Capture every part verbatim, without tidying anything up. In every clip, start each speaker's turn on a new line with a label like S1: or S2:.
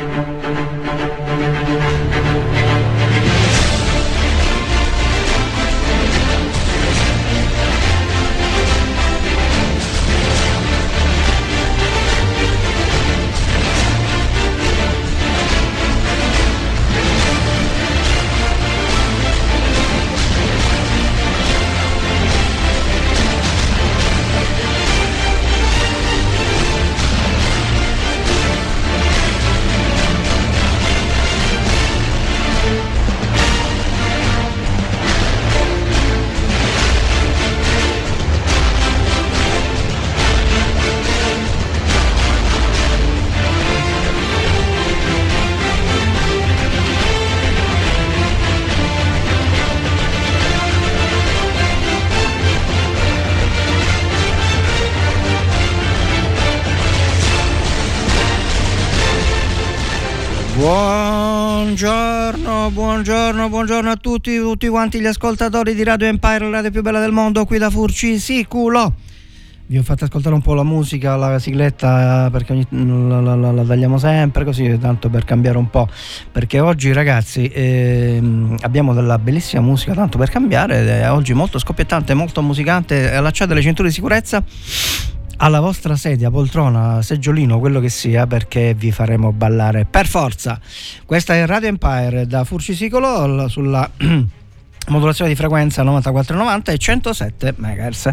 S1: Buongiorno, buongiorno, buongiorno a tutti, tutti quanti gli ascoltatori di Radio Empire, la radio più bella del mondo, qui da Furcisicolo. Vi ho fatto ascoltare un po' la musica, la sigletta, perché ogni, la, la, la, la tagliamo sempre così, tanto per cambiare un po', perché oggi ragazzi eh, abbiamo della bellissima musica, tanto per cambiare, eh, oggi molto scoppiettante, molto musicante. Allacciate le cinture di sicurezza alla vostra sedia, poltrona, seggiolino, quello che sia, perché vi faremo ballare per forza. Questa è Radio Empire da Furcisicolo sulla modulazione di frequenza novantaquattro novanta e centosette megahertz.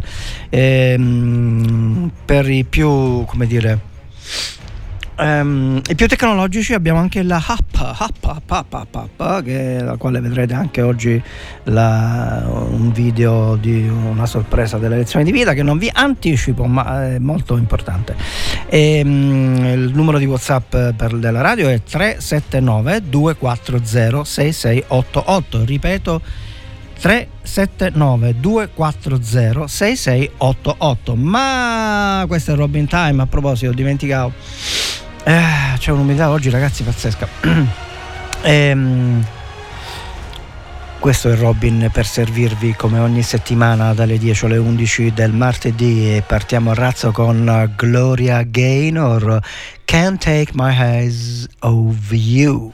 S1: Ehm, per i più, come dire, Um, i più tecnologici abbiamo anche la app, app, app, app, app, app che, la quale vedrete anche oggi la, un video di una sorpresa delle lezioni di vita che non vi anticipo, ma è molto importante. E, um, il numero di WhatsApp per della radio è tre sette nove due quattro zero sei sei otto otto, ripeto tre sette nove due quattro zero sei sei otto otto. Ma questo è Robin Time. A proposito, dimenticavo, Eh, c'è un'umidità oggi ragazzi pazzesca. ehm, questo è Robin per servirvi come ogni settimana dalle dieci alle undici del martedì, e partiamo a razzo con Gloria Gaynor, Can't Take My Eyes Off You.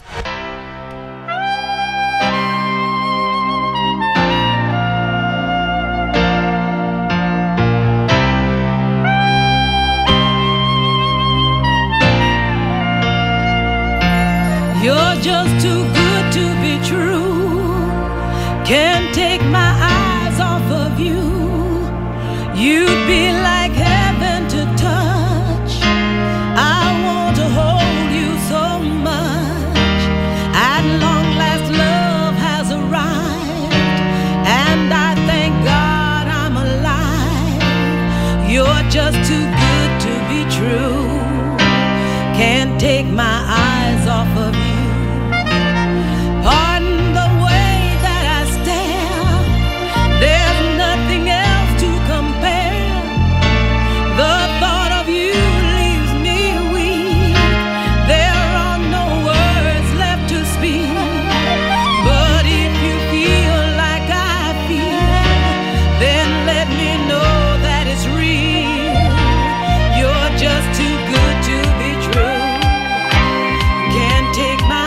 S2: You're just too good to be true. Can't take my eyes off of you. You'd be like heaven to touch. I want to hold you so much. At long last love has arrived, and I thank God I'm alive. You're just too good to be true. Can't take my eyes off of you. Pardon the way that I stare. There's nothing else to compare. The thought of you leaves me weak. There are no words left to speak. But if you feel like I feel, then let me know that it's real. You're just too good to be true. Can't take my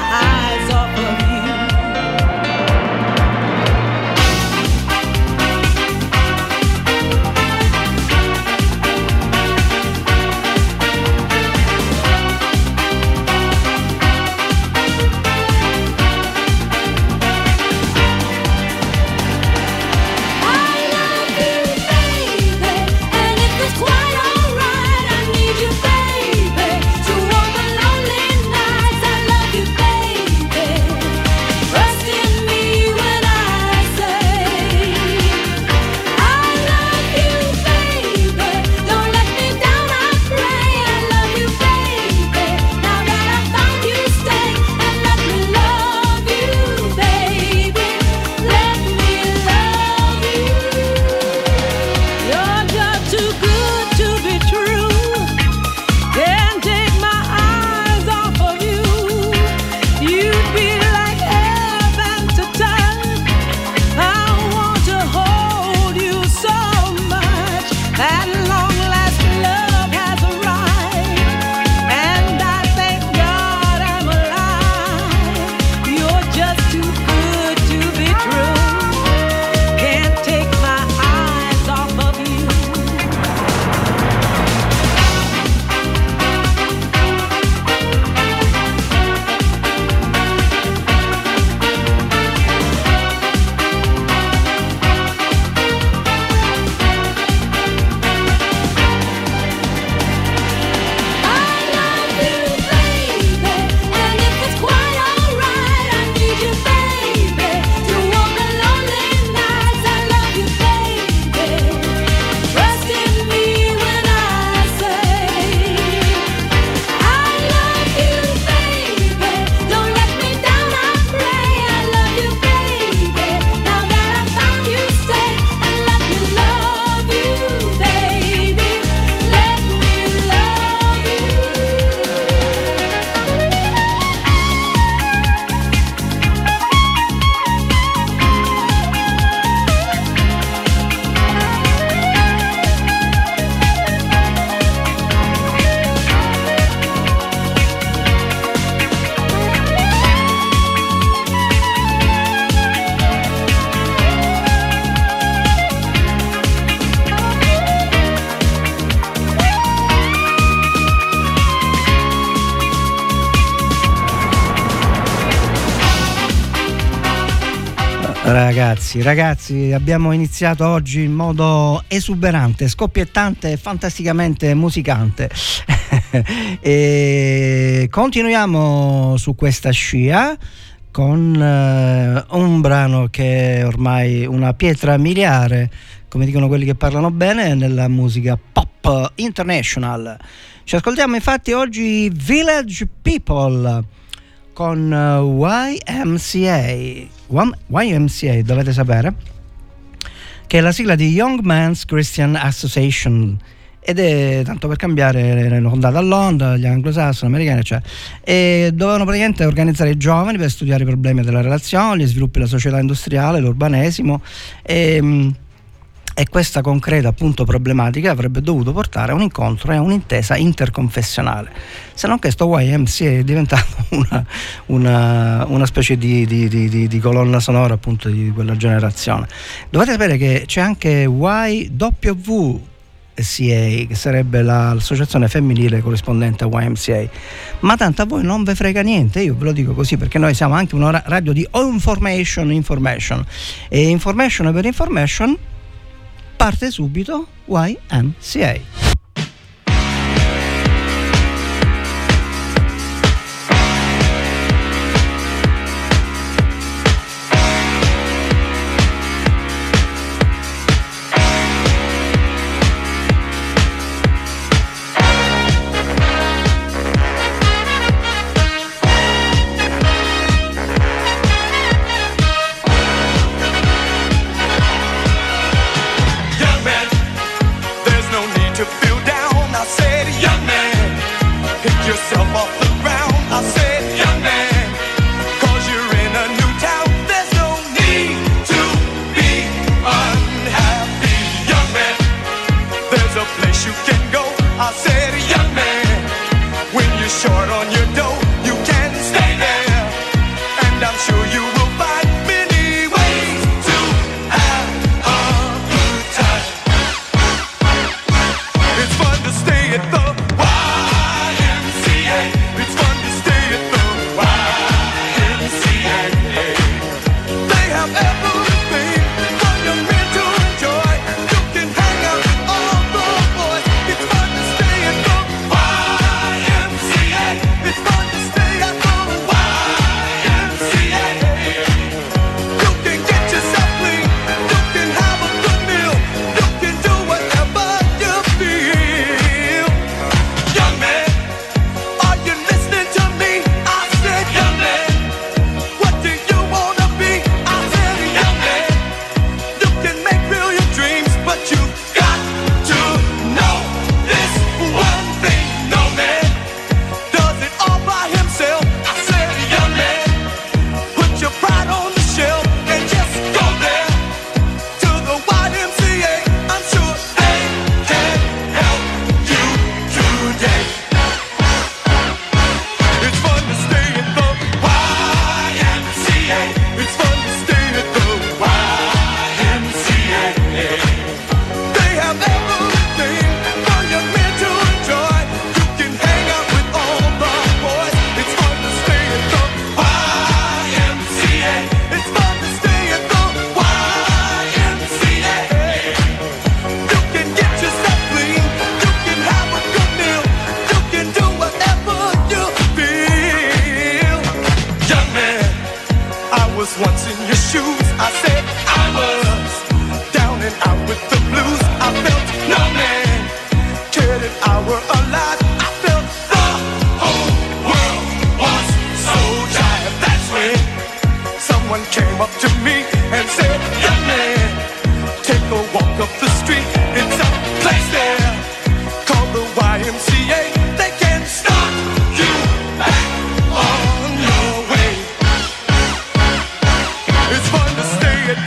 S1: Ragazzi, ragazzi, abbiamo iniziato oggi in modo esuberante, scoppiettante e fantasticamente musicante. E continuiamo su questa scia con uh, un brano che è ormai una pietra miliare, come dicono quelli che parlano bene, nella musica pop international. Ci ascoltiamo infatti oggi Village People con uh, Y M C A. Y M C A, dovete sapere, che è la sigla di Young Men's Christian Association, ed è, tanto per cambiare, fondata a Londra, gli anglosassoni, americani, cioè, e dovevano praticamente organizzare i giovani per studiare i problemi della relazione, gli sviluppi della società industriale, l'urbanesimo, e, e questa concreta appunto problematica avrebbe dovuto portare a un incontro e a un'intesa interconfessionale, se non che sto Y M C A è diventato una, una, una specie di, di, di, di, di colonna sonora appunto di quella generazione. Dovete sapere che c'è anche Y W C A, che sarebbe la, l'associazione femminile corrispondente a Y M C A, ma tanto a voi non ve frega niente, io ve lo dico così perché noi siamo anche una radio di information, information e information per information. Parte subito Y M C A.
S3: It's fun to stay at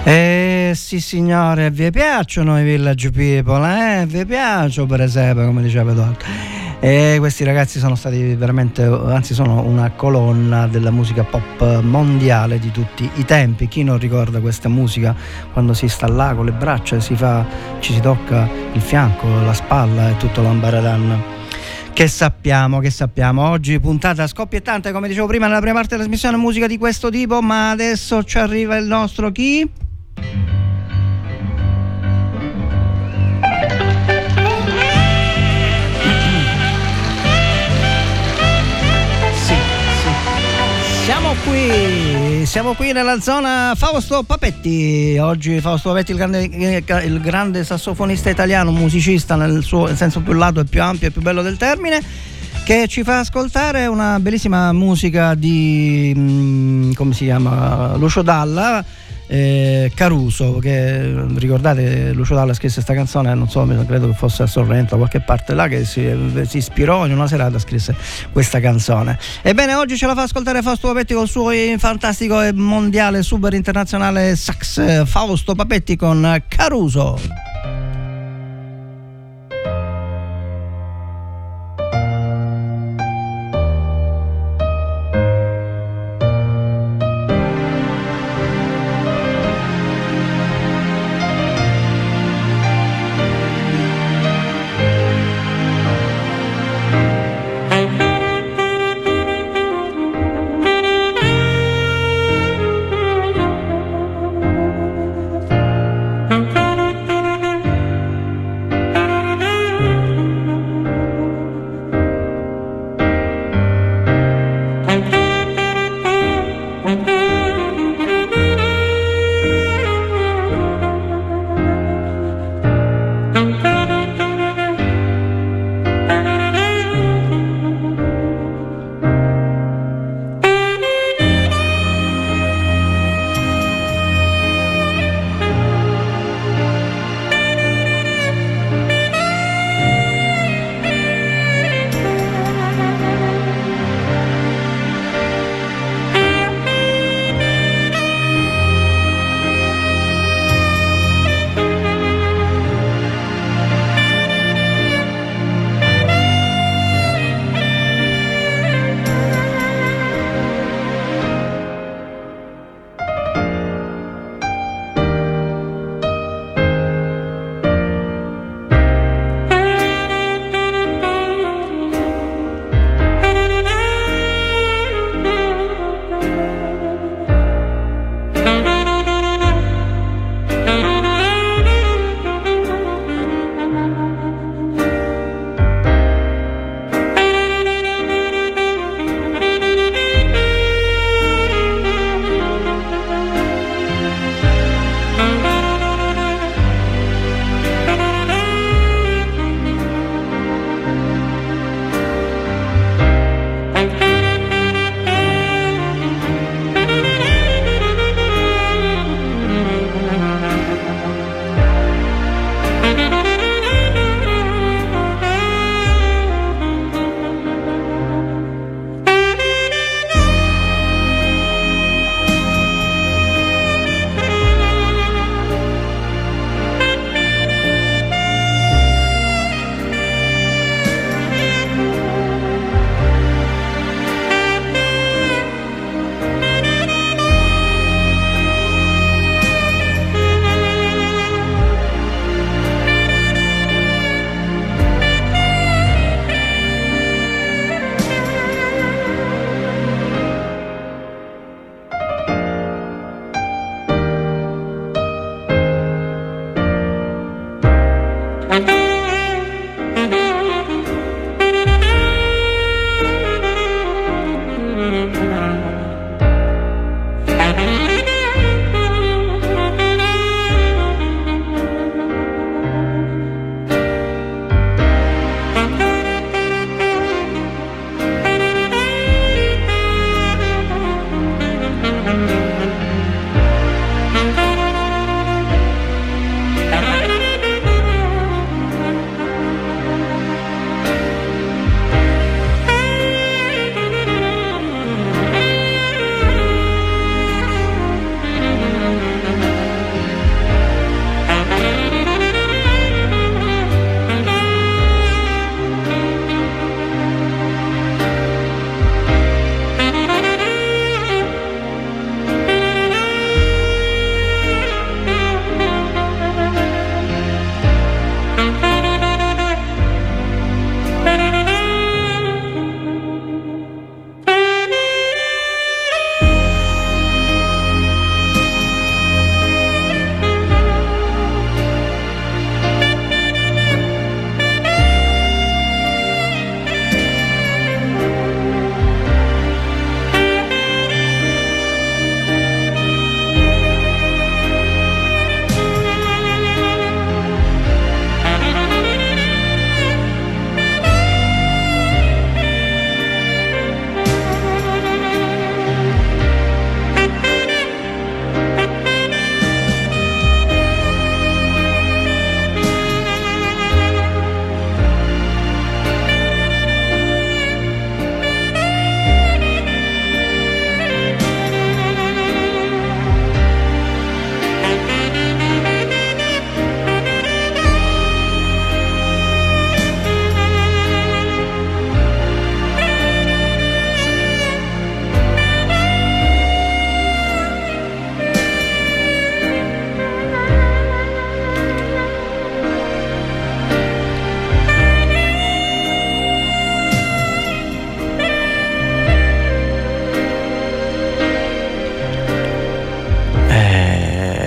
S1: Eh sì signore, vi piacciono i Village People, eh? Vi piacciono per esempio, come diceva Edoardo. E questi ragazzi sono stati veramente, anzi sono una colonna della musica pop mondiale di tutti i tempi. Chi non ricorda questa musica quando si sta là con le braccia e si fa, ci si tocca il fianco, la spalla e tutto l'ambaradan. Che sappiamo, che sappiamo. Oggi puntata scoppiettante, come dicevo prima nella prima parte della trasmissione, musica di questo tipo, ma adesso ci arriva il nostro chi? Siamo qui, siamo qui nella zona Fausto Papetti. Oggi Fausto Papetti, il grande, il grande sassofonista italiano, musicista nel suo nel senso più lato e più ampio e più bello del termine, che ci fa ascoltare una bellissima musica di, come si chiama, Lucio Dalla, eh, Caruso, che ricordate Lucio Dalla scrisse questa canzone, non so, credo che fosse a Sorrento, qualche parte là, che si, si ispirò in una serata, scrisse questa canzone. Ebbene, oggi ce la fa ascoltare Fausto Papetti col suo fantastico e mondiale super internazionale sax. Fausto Papetti con Caruso.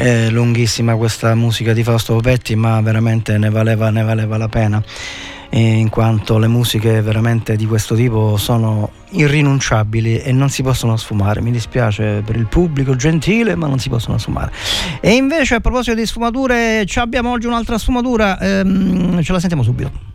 S1: È lunghissima questa musica di Fausto Petti, ma veramente ne valeva, ne valeva la pena, in quanto le musiche veramente di questo tipo sono irrinunciabili e non si possono sfumare. Mi dispiace per il pubblico gentile, ma non si possono sfumare. E invece, a proposito di sfumature, abbiamo oggi un'altra sfumatura, ehm, ce la sentiamo subito.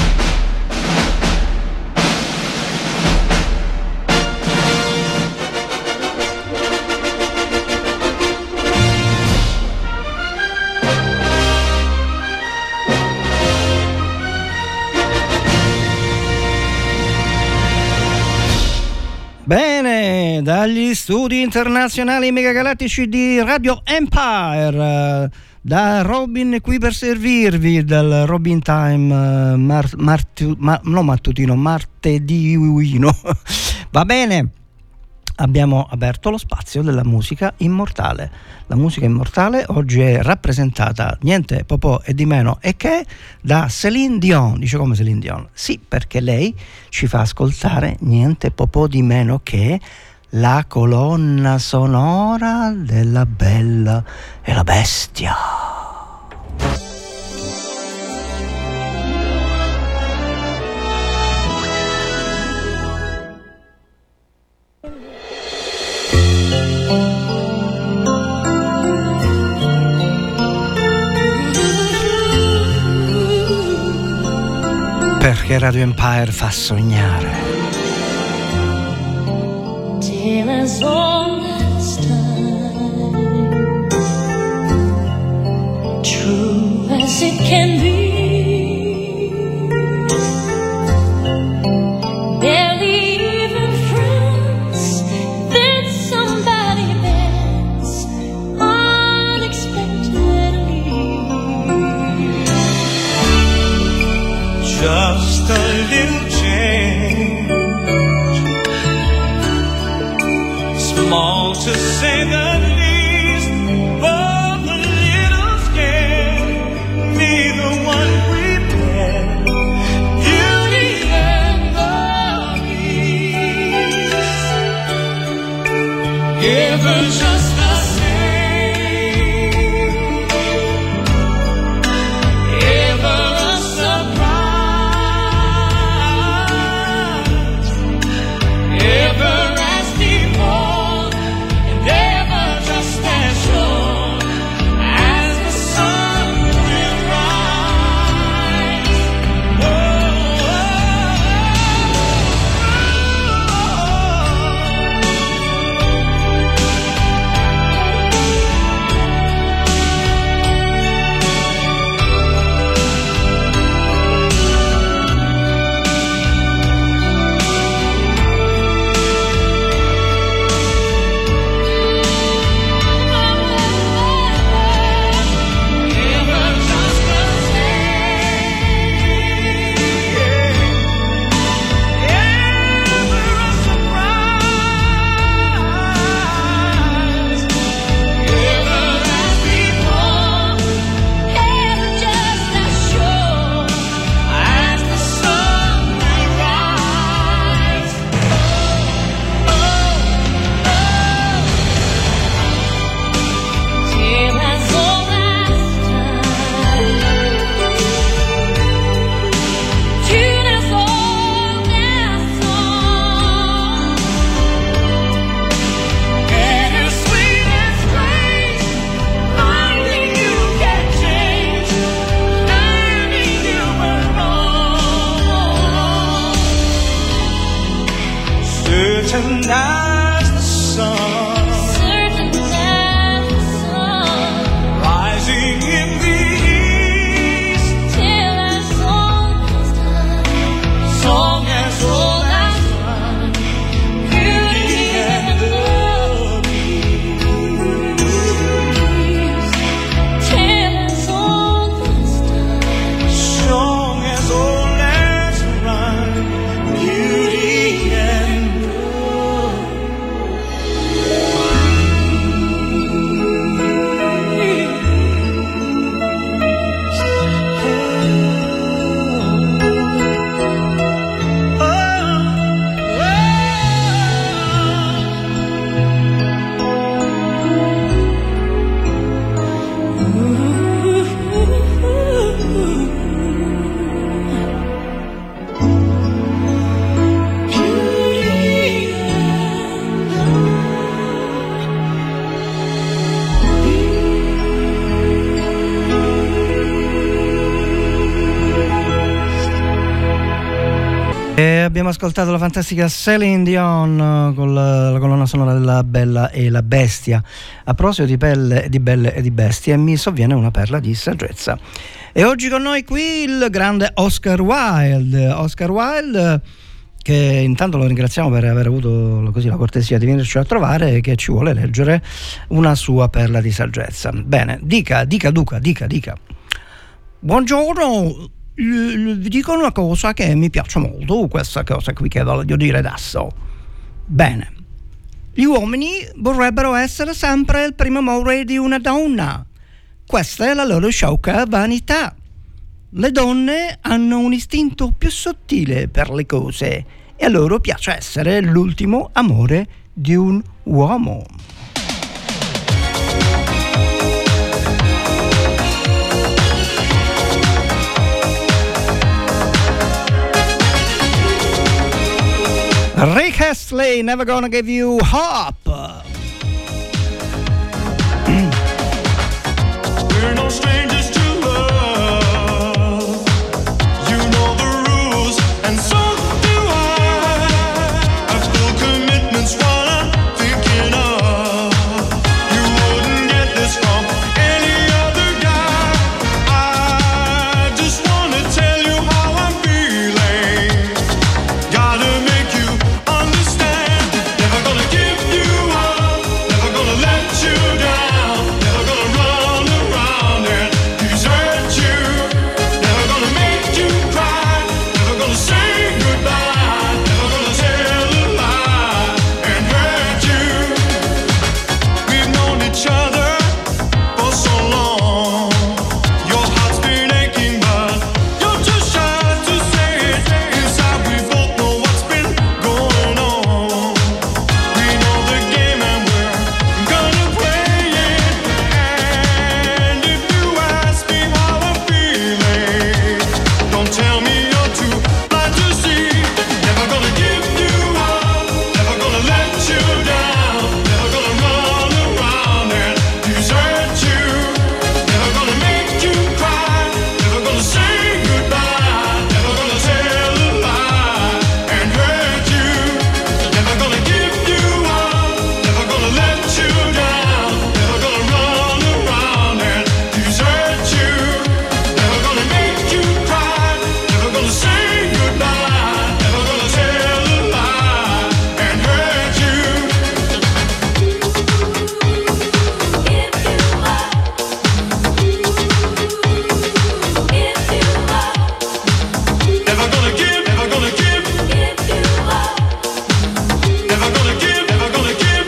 S1: Bene, dagli studi internazionali megagalattici di Radio Empire, da Robin qui per servirvi, dal Robin Time mar, martu, ma, no mattutino, martedino. Va bene, abbiamo aperto lo spazio della musica immortale. La musica immortale oggi è rappresentata niente po' po' e di meno e che da Céline Dion. Dice come Céline Dion? Sì, perché lei ci fa ascoltare niente po' po' di meno che la colonna sonora della Bella e la Bestia. Perché Radio Empire fa sognare.
S3: Till as old as time, true as it can be, barely even friends, then somebody bends unexpectedly.
S4: Just a little change, small to say the least, but a little scared. Neither one prepared. Beauty and the Beast, given just the same, ever a surprise, ever as before, and ever just as sure as the sun will rise. Oh, oh, ever just the same, ever a surprise, ever as before, ever just as sure as the sun will rise. Oh, oh, till as old as time, tune as old as song, bittersweet and strange, finding you can change, learning you were wrong, certain as the sun, certain as the sun, rising in the east, till as old as time, song as old as run, beauty and the Beast, till as old as time, song as old as run, beauty and the
S1: E abbiamo ascoltato la fantastica Céline Dion con la, la colonna sonora della Bella e la Bestia. A proposito di, pelle, di belle e di bestie, mi sovviene una perla di saggezza. E oggi con noi qui il grande Oscar Wilde. Oscar Wilde, che intanto lo ringraziamo per aver avuto così la cortesia di venirci a trovare e che ci vuole leggere una sua perla di saggezza. Bene, dica, dica, Duca, dica, dica. Buongiorno. Vi dico una cosa che mi piace molto, questa cosa qui che voglio dire adesso. Bene, gli uomini vorrebbero essere sempre il primo amore di una donna. Questa è la loro sciocca vanità. Le donne hanno un istinto più sottile per le cose e a loro piace essere l'ultimo amore di un uomo. Rick Astley, Never Gonna Give You Hope.
S5: We're no strangers to love. You know the rules, and so do I. I've full commitments, what I'm thinking of. You wouldn't get this from any other guy. I just wanna tell you how I'm feeling. Gotta make you understand. Never gonna give you up. Never gonna let you down. Never gonna run around and desert you. Never gonna make you cry. Never gonna say goodbye. Never gonna tell a lie and hurt you. We've known each other for so long. Your heart's been aching, but you're too shy to say it. Inside we both know what's been going on. We know the game and we're gonna play it. And if you ask me how I'm feeling, don't tell me you're too blind to see. Never gonna give you up. Never gonna let you down. Never gonna run around and desert you. Never gonna make you cry. Never gonna say goodbye. Never gonna tell a lie and hurt you. Never gonna give you up. Never gonna let you down. Never gonna run around and desert you. Never gonna make you cry. Never gonna say goodbye. Never gonna tell a lie and hurt you. Never gonna give, never gonna give. Never gonna give, never gonna give.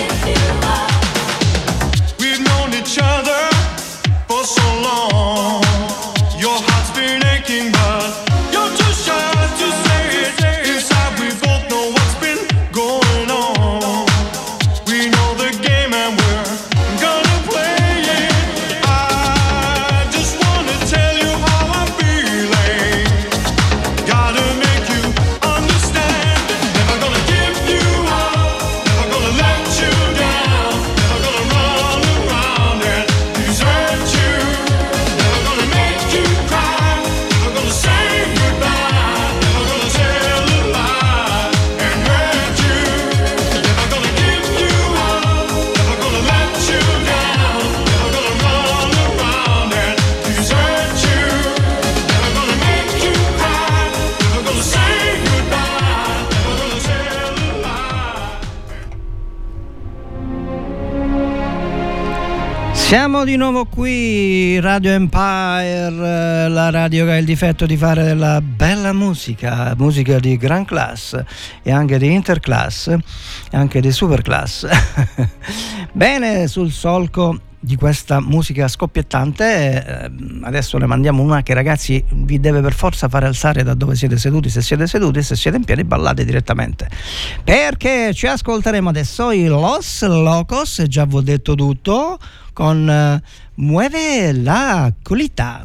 S5: We've known each other for so long. Your heart's been aching, but you're too shy to say it. Inside we both know what's been going on. We know the game and we're gonna play it. I just wanna tell you how I'm feeling. Gotta make you understand. Never gonna give you up. Never gonna let you down. Never gonna run around and desert you. Never gonna make you cry. Never gonna say goodbye. Never gonna tell a lie and hurt you. Never gonna give you up. Never gonna let you down. Never gonna run around and desert you. Never gonna make you cry. Never gonna say goodbye. Never gonna tell a lie.
S1: Siamo di nuovo qui, Radio Empire, la radio che ha il difetto di fare della bella musica, musica di gran class e anche di interclass e anche di superclass. Bene, sul solco di questa musica scoppiettante, eh, adesso ne mandiamo una che, ragazzi, vi deve per forza fare alzare da dove siete seduti, se siete seduti, se siete in piedi ballate direttamente, perché ci ascolteremo adesso i Los Locos, già vi ho detto tutto, con eh, Mueve la colita.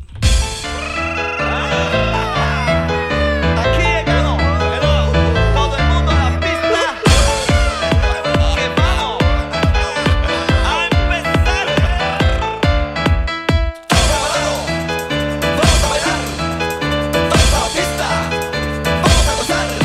S5: Vamos a bailar, vamos a la pista, vamos a gozar.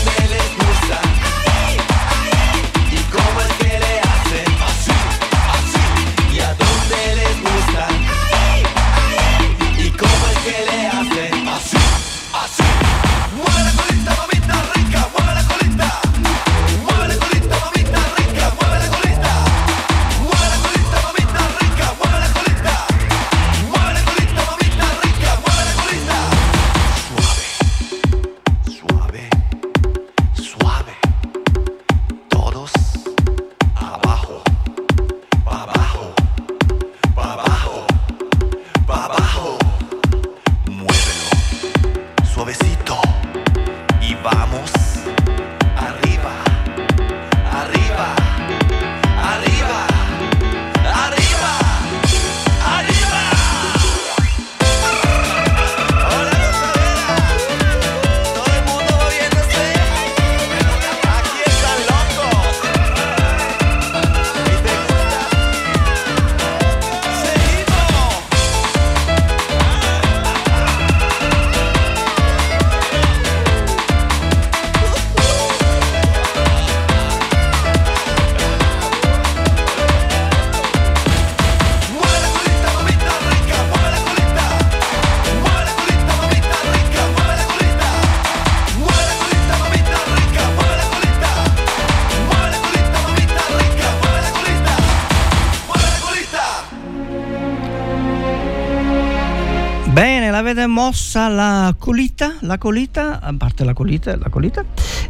S1: L'avete mossa la colita, la colita, a parte la colita, la colita.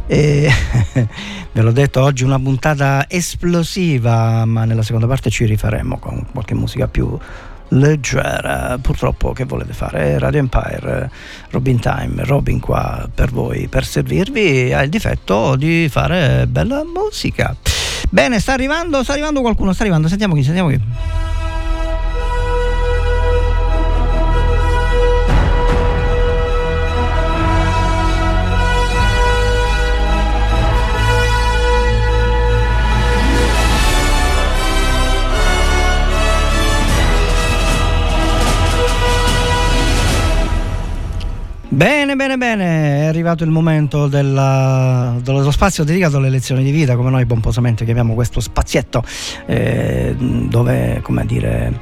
S1: E ve l'ho detto, oggi una puntata esplosiva, ma nella seconda parte ci rifaremo con qualche musica più leggera. Purtroppo che volete fare? Radio Empire, Robin Time, Robin qua per voi, per servirvi, ha il difetto di fare bella musica. Bene, sta arrivando, sta arrivando qualcuno, sta arrivando, sentiamo chi, sentiamo chi. Bene, bene, bene, è arrivato il momento della, dello spazio dedicato alle lezioni di vita, come noi pomposamente chiamiamo questo spazietto, eh, dove, come dire,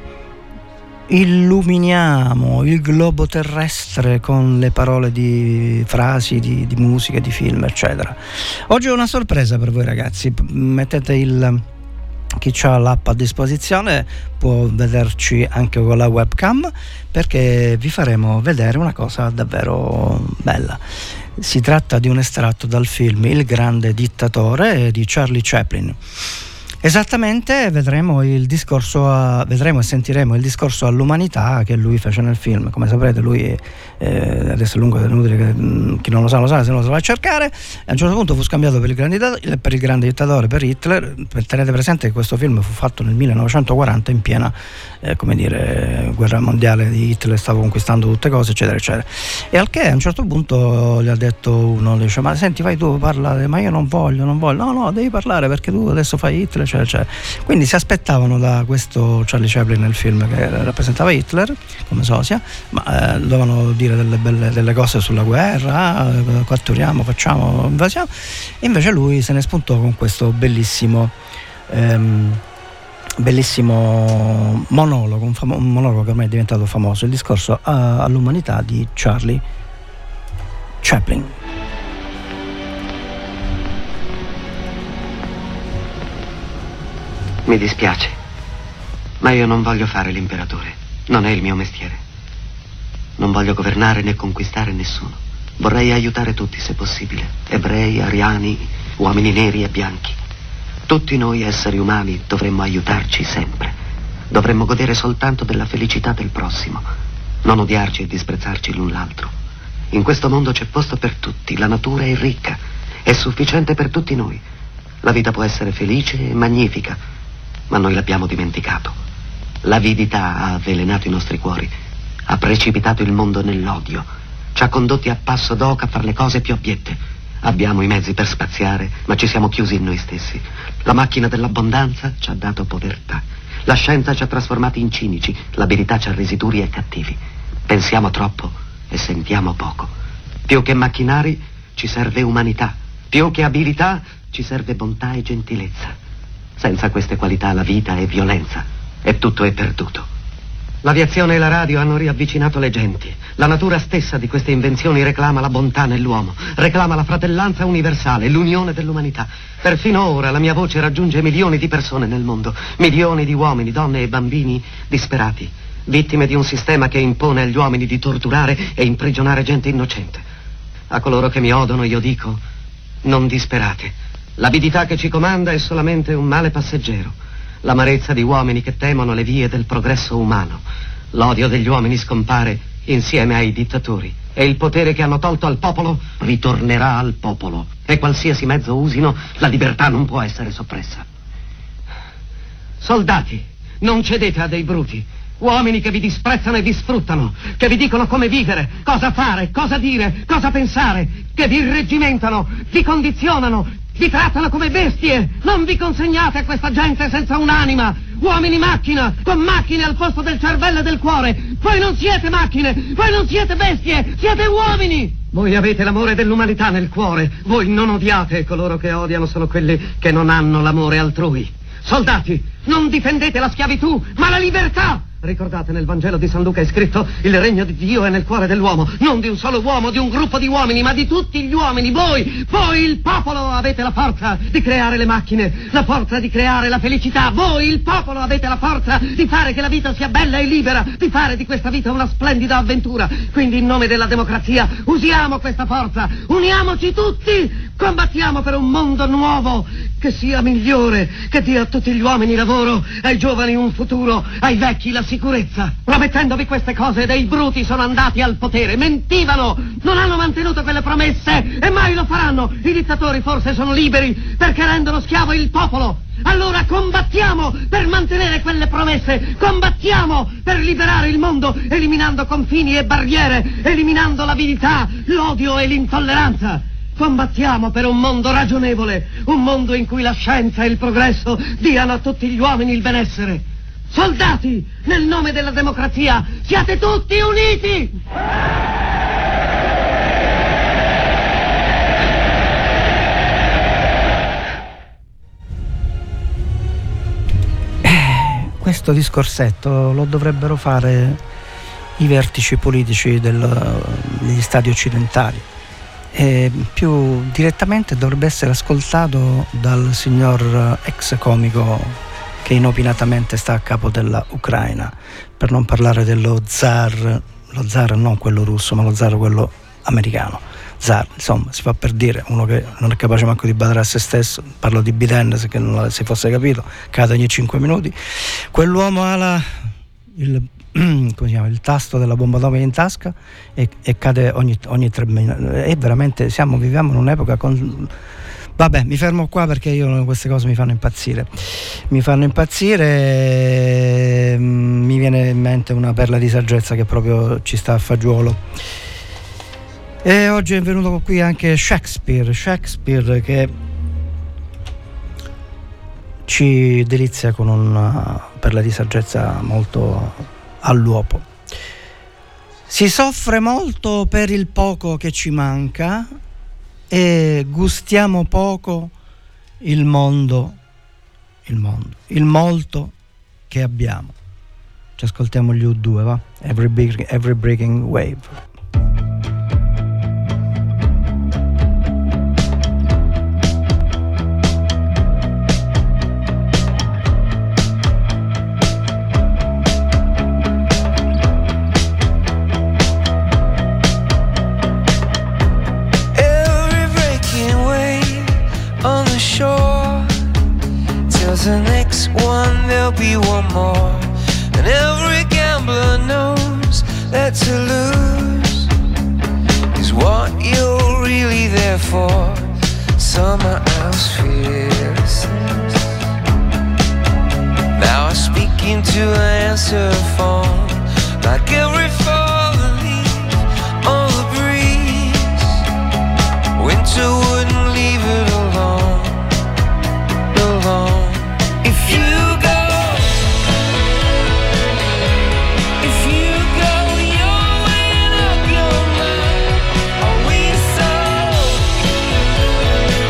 S1: illuminiamo il globo terrestre con le parole di frasi, di, di musica, di film, eccetera. Oggi ho una sorpresa per voi ragazzi, mettete il... Chi ha l'app a disposizione può vederci anche con la webcam, perché vi faremo vedere una cosa davvero bella. Si tratta di un estratto dal film Il grande dittatore di Charlie Chaplin. Esattamente vedremo il discorso a, vedremo e sentiremo il discorso all'umanità che lui fece nel film. Come saprete lui eh, adesso è lungo, è inutile che chi non lo sa lo sa, se no lo va a cercare. A un certo punto fu scambiato per il grande, per il grande dittatore, per Hitler. Tenete presente che questo film fu fatto nel millenovecentoquaranta in piena eh, come dire guerra mondiale di Hitler, stava conquistando tutte cose eccetera eccetera, e al che a un certo punto gli ha detto uno, gli dice: ma senti, vai tu, parla, ma io non voglio non voglio no no devi parlare perché tu adesso fai Hitler. Cioè, cioè. Quindi si aspettavano da questo Charlie Chaplin nel film, che rappresentava Hitler come sosia, ma eh, dovevano dire delle belle delle cose sulla guerra, ah, catturiamo, facciamo, invasiamo, e invece lui se ne spuntò con questo bellissimo ehm, bellissimo monologo, un, famo- un monologo che ormai è diventato famoso, il discorso a- all'umanità di Charlie Chaplin.
S6: Mi dispiace, ma io non voglio fare l'imperatore. Non è il mio mestiere. Non voglio governare né conquistare nessuno. Vorrei aiutare tutti se possibile. Ebrei, ariani, uomini neri e bianchi. Tutti noi esseri umani dovremmo aiutarci sempre. Dovremmo godere soltanto della felicità del prossimo. Non odiarci e disprezzarci l'un l'altro. In questo mondo c'è posto per tutti. La natura è ricca. È sufficiente per tutti noi. La vita può essere felice e magnifica, ma noi l'abbiamo dimenticato. L'avidità ha avvelenato i nostri cuori, ha precipitato il mondo nell'odio, ci ha condotti a passo d'oca a fare le cose più abiette. Abbiamo i mezzi per spaziare, ma ci siamo chiusi in noi stessi. La macchina dell'abbondanza ci ha dato povertà, la scienza ci ha trasformati in cinici, l'abilità ci ha resi duri e cattivi. Pensiamo troppo e sentiamo poco. Più che macchinari ci serve umanità, Più che abilità ci serve bontà e gentilezza. Senza queste qualità la vita è violenza e tutto è perduto. L'aviazione e la radio hanno riavvicinato le genti. La natura stessa di queste invenzioni reclama la bontà nell'uomo, reclama la fratellanza universale, l'unione dell'umanità. Perfino ora la mia voce raggiunge milioni di persone nel mondo, milioni di uomini, donne e bambini disperati, vittime di un sistema che impone agli uomini di torturare e imprigionare gente innocente. A coloro che mi odono io dico: non disperate. L'avidità che ci comanda è solamente un male passeggero. L'amarezza di uomini che temono le vie del progresso umano. L'odio degli uomini scompare insieme ai dittatori e il potere che hanno tolto al popolo ritornerà al popolo. E qualsiasi mezzo usino, la libertà non può essere soppressa. Soldati, non cedete a dei bruti. Uomini che vi disprezzano e vi sfruttano, che vi dicono come vivere, cosa fare, cosa dire, cosa pensare, che vi irreggimentano, vi condizionano, vi trattano come bestie. Non vi consegnate a questa gente senza un'anima. Uomini macchina, con macchine al posto del cervello e del cuore. Voi non siete macchine, voi non siete bestie, siete uomini. Voi avete l'amore dell'umanità nel cuore. Voi non odiate, coloro che odiano sono quelli che non hanno l'amore altrui. Soldati, non difendete la schiavitù, ma la libertà. Ricordate, nel Vangelo di San Luca è scritto: il regno di Dio è nel cuore dell'uomo, non di un solo uomo, di un gruppo di uomini, ma di tutti gli uomini. Voi, voi il popolo, avete la forza di creare le macchine, la forza di creare la felicità. Voi, il popolo, avete la forza di fare che la vita sia bella e libera, di fare di questa vita una splendida avventura. Quindi, in nome della democrazia, usiamo questa forza, uniamoci tutti, combattiamo per un mondo nuovo che sia migliore, che dia a tutti gli uomini lavoro, ai giovani un futuro, ai vecchi la sicurezza. Promettendovi queste cose, dei bruti sono andati al potere, mentivano, non hanno mantenuto quelle promesse e mai lo faranno. I dittatori forse sono liberi perché rendono schiavo il popolo. Allora combattiamo per mantenere quelle promesse, combattiamo per liberare il mondo, eliminando confini e barriere, eliminando l'avidità, l'odio e l'intolleranza. Combattiamo per un mondo ragionevole, un mondo in cui la scienza e il progresso diano a tutti gli uomini il benessere. Soldati, nel nome della democrazia, siate tutti uniti!
S1: Eh, questo discorsetto lo dovrebbero fare i vertici politici del, degli stati occidentali. E più direttamente dovrebbe essere ascoltato dal signor ex comico che inopinatamente sta a capo della Ucraina, per non parlare dello zar, lo zar non quello russo, ma lo zar quello americano. Zar, insomma, si fa per dire, uno che non è capace manco di badare a se stesso. Parlo di Biden, se non si fosse capito, cade ogni cinque minuti. Quell'uomo ha la, il come si chiama, il tasto della bomba atomica in tasca e, e cade ogni, ogni tre minuti. E veramente siamo, viviamo in un'epoca con... Vabbè, mi fermo qua perché io queste cose mi fanno impazzire. Mi fanno impazzire, mi viene in mente una perla di saggezza che proprio ci sta a fagiolo. E oggi è venuto qui anche Shakespeare, Shakespeare che ci delizia con una perla di saggezza molto all'uopo. Si soffre molto per il poco che ci manca e gustiamo poco il mondo, il mondo, il molto che abbiamo. Ci ascoltiamo gli U due, va? Every, big, every breaking wave.
S7: The next one, there'll be one more. And every gambler knows that to lose is what you're really there for. Summer house fearlessness. Now I speak into an answer phone, like every fallen leaf on the breeze. Winter wouldn't leave it alone, alone. If you go, if you go, you're weighing up your mind. Are we so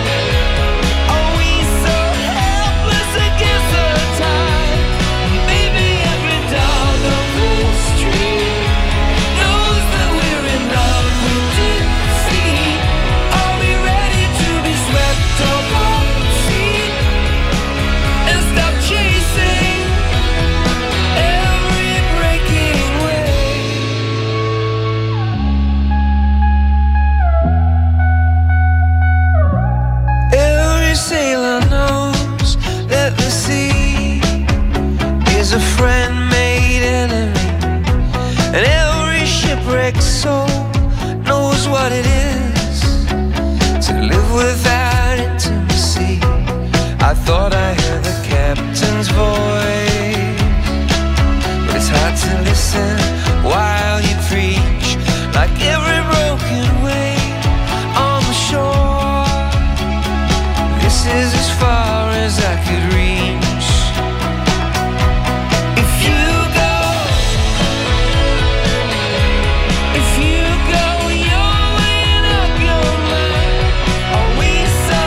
S7: soul knows what it is to live without intimacy. I thought I heard the captain's voice, but it's hard to listen while you preach, like every broken wave on the shore. This is as far as I could reach. If you go, if you go your way and up your mind, are we so,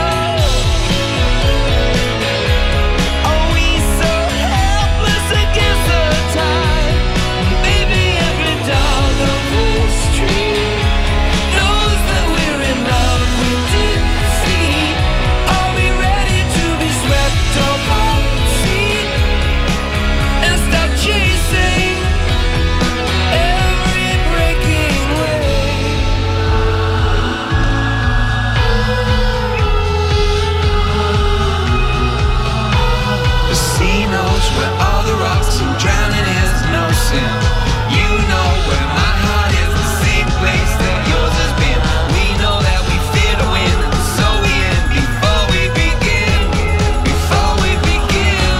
S7: are we so helpless against the tide? Baby, every dog on the street knows that we're in love with defeat. Are we ready to be swept off our feet and stop chasing every breaking wave? The sea knows where all the rocks and drowning is no sin. You know where my heart is, the same place that yours has been. We know that we fear to win, and so we end before we begin. Before we begin.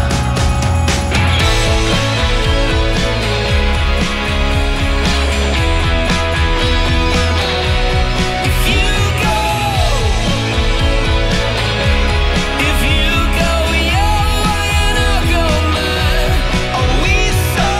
S7: If you go, if you go your way and I'll go mine, are we so,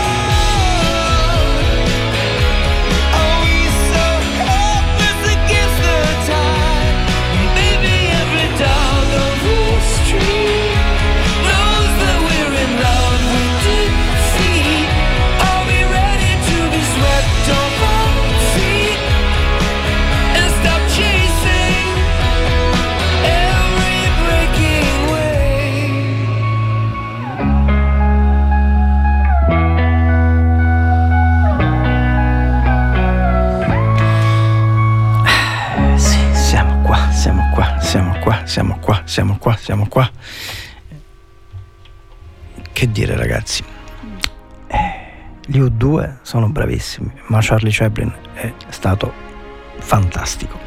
S7: are we so helpless against the tide? Baby, every dog on the street knows that we're in love with defeat. Are we ready to be swept off our feet and stop chasing every breaking wave?
S1: Sì, siamo qua, siamo qua, siamo qua, siamo qua, siamo qua, siamo qua. Che dire, ragazzi? Eh, Gli U due sono bravissimi, ma Charlie Chaplin è stato fantastico.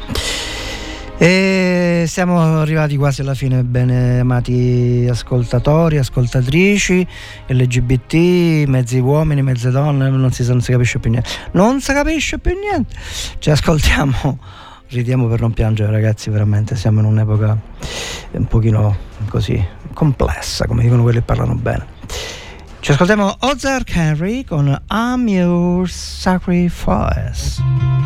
S1: E siamo arrivati quasi alla fine, bene amati ascoltatori, ascoltatrici, L G B T, mezzi uomini, mezze donne, non si, non si capisce più niente. Non si capisce più niente. Ci ascoltiamo, ridiamo per non piangere, ragazzi, veramente siamo in un'epoca un pochino così complessa, come dicono quelli che parlano bene. Ci ascoltiamo Ozark Henry con I'm Your Sacrifice.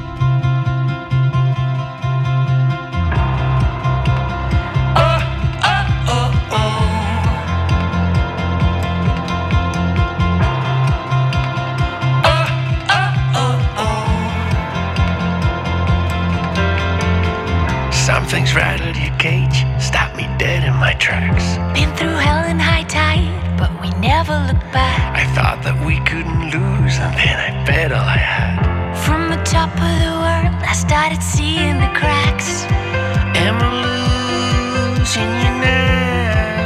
S7: Something's rattled your cage, stopped me dead in my tracks.
S3: Been through hell and high tide, but we never look back.
S7: I thought that we couldn't lose, and then I bet all I had.
S3: From the top of the world, I started seeing the cracks.
S7: Am I losing you now?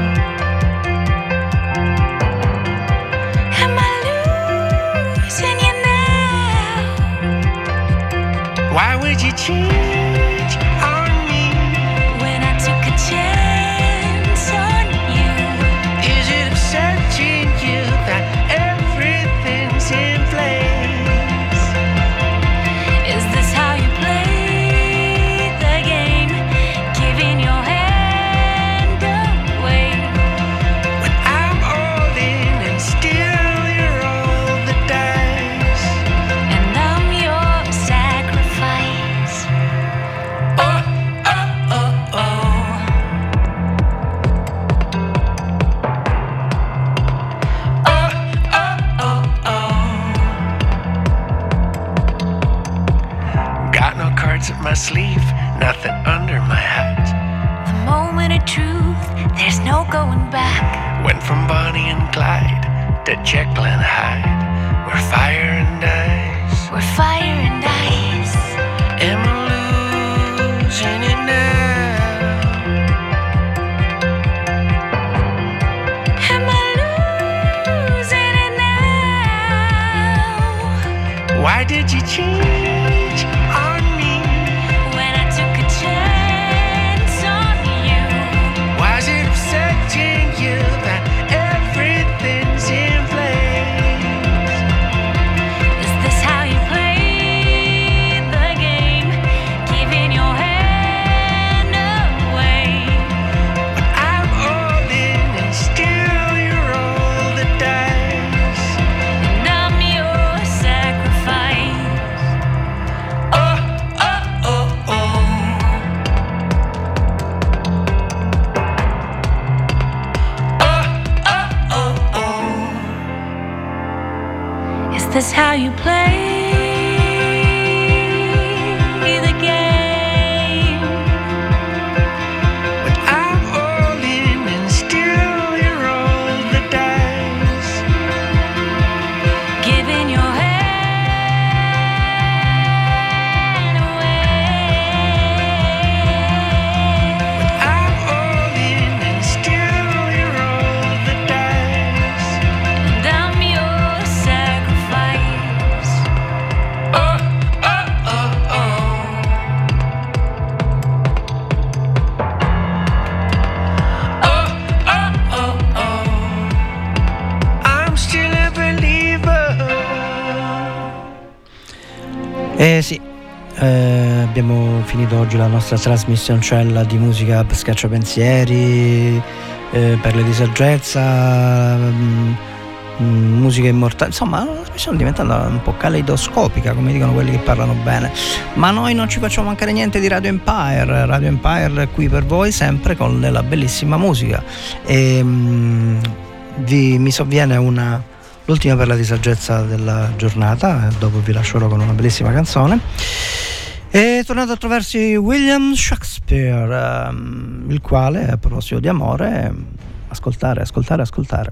S3: Am I losing you now?
S7: Why would you change on me?
S3: When I took a chance on you.
S7: Is it upsetting you that everything's in place?
S3: Is this how you play the game? Giving your hand away.
S7: When I'm all in and still you're all the dice.
S3: And I'm your sacrifice.
S7: Oh, oh, oh, oh. Oh, oh, oh, oh. Got no cards up my sleeve, nothing under my hat.
S3: The moment of truth, there's no going back.
S7: Went from Bonnie and Clyde to Jekyll and Hyde. We're fire and ice.
S3: We're fire and ice.
S7: Am I losing it now?
S3: Am I losing it now?
S7: Why did you change
S3: this how you play the game?
S7: But I'm all in and still you roll the dice,
S3: Giving your hand away.
S7: I'm all in and still you roll the dice.
S3: And I'm your sacrifice.
S7: Oh, oh, oh, oh. Oh, oh, oh, oh. I'm still a believer.
S1: Eh sì, eh, abbiamo finito oggi la nostra trasmissioncella di musica per scacciapensieri, eh, perle di saggezza, mm, mm, musica immortale, insomma la trasmissione è diventando un po' caleidoscopica, come dicono quelli che parlano bene, ma noi non ci facciamo mancare niente di Radio Empire. Radio Empire è qui per voi sempre con della bellissima musica e mm, vi, mi sovviene una l'ultima perla di saggezza della giornata, dopo vi lascerò con una bellissima canzone. È tornato attraverso William Shakespeare, ehm, il quale, a proposito di amore, ascoltare, ascoltare, ascoltare.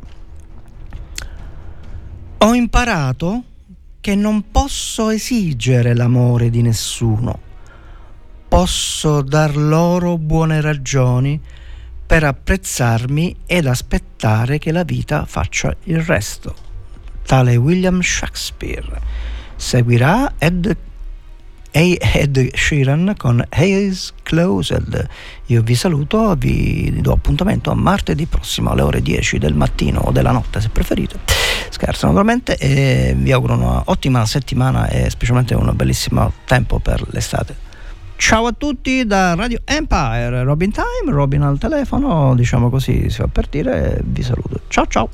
S1: Ho imparato che non posso esigere l'amore di nessuno, posso dar loro buone ragioni per apprezzarmi ed aspettare che la vita faccia il resto. Tale William Shakespeare. Seguirà Ed, Ed Sheeran con Eyes Closed. Io vi saluto, vi do appuntamento a martedì prossimo alle ore dieci del mattino o della notte se preferite. Scherzo naturalmente, e vi auguro una ottima settimana e specialmente un bellissimo tempo per l'estate. Ciao a tutti da Radio Empire, Robin Time, Robin al telefono, diciamo così si fa per dire, vi saluto. Ciao ciao.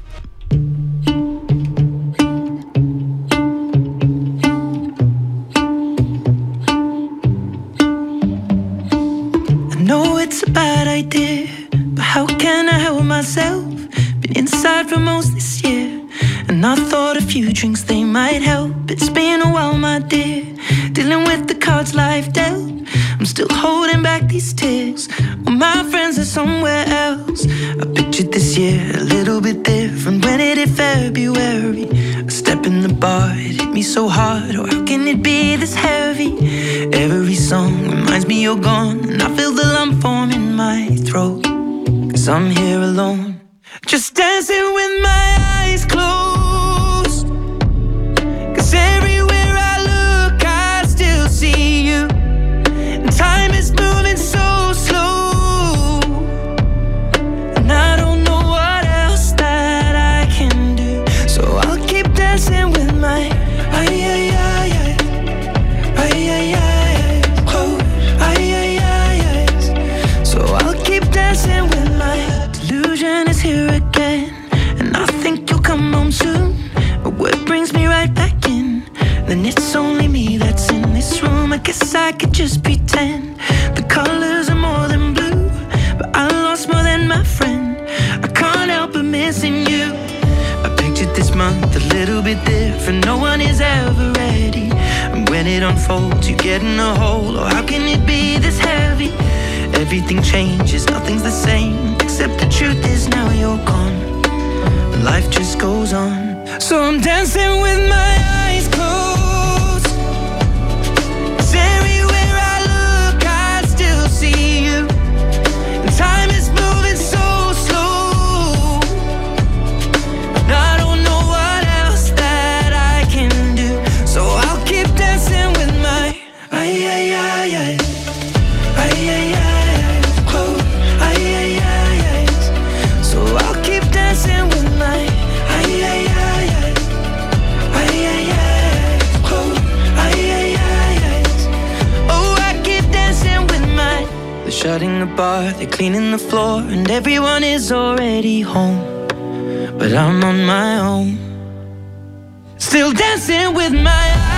S8: know it's a bad idea, but how can I help myself? Been inside for most this year, and I thought a few drinks they might help. It's been a while, my dear, dealing with the cards life dealt. I'm still holding back these tears, well, my friends are somewhere else. I pictured this year a little bit different when it hit February. A step in the bar, it hit me so hard, oh how can it be this heavy? Every song reminds me you're gone, and I feel the lump form in my throat, 'cause I'm here alone, just dancing with my eyes closed. 'Cause everywhere I look I still see you, and time is moving so slow, and I don't know what else that I can do, so I'll keep dancing with my ay ay ay ay ay ay ay close ay ay ay ay. So I'll keep dancing with my delusion is here again, and I think you'll come home soon, but what brings me right back in? Then it's only me that's in this room. I guess I could just pretend the colors are more than blue, but I lost more than my friend. I can't help but missing you. I pictured this month a little bit different. No one is ever ready, and when it unfolds you get in a hole. Oh, how can it be this heavy? Everything changes, nothing's the same, except the truth is now you're gone, and life just goes on. So I'm dancing with my eyes closed, 'cause everywhere I look I still see you, and time is moving so slow, and I don't know what else that I can do, so I'll keep dancing with my ay ay ay ay ay ay ay close ay ay ay ay. So I'll keep dancing with my ay ay ay ay ay ay ay close ay ay ay ay. Oh, I keep dancing with my. They're shutting the bar, they're cleaning the floor, and everyone is already home, but I'm on my own, still dancing with my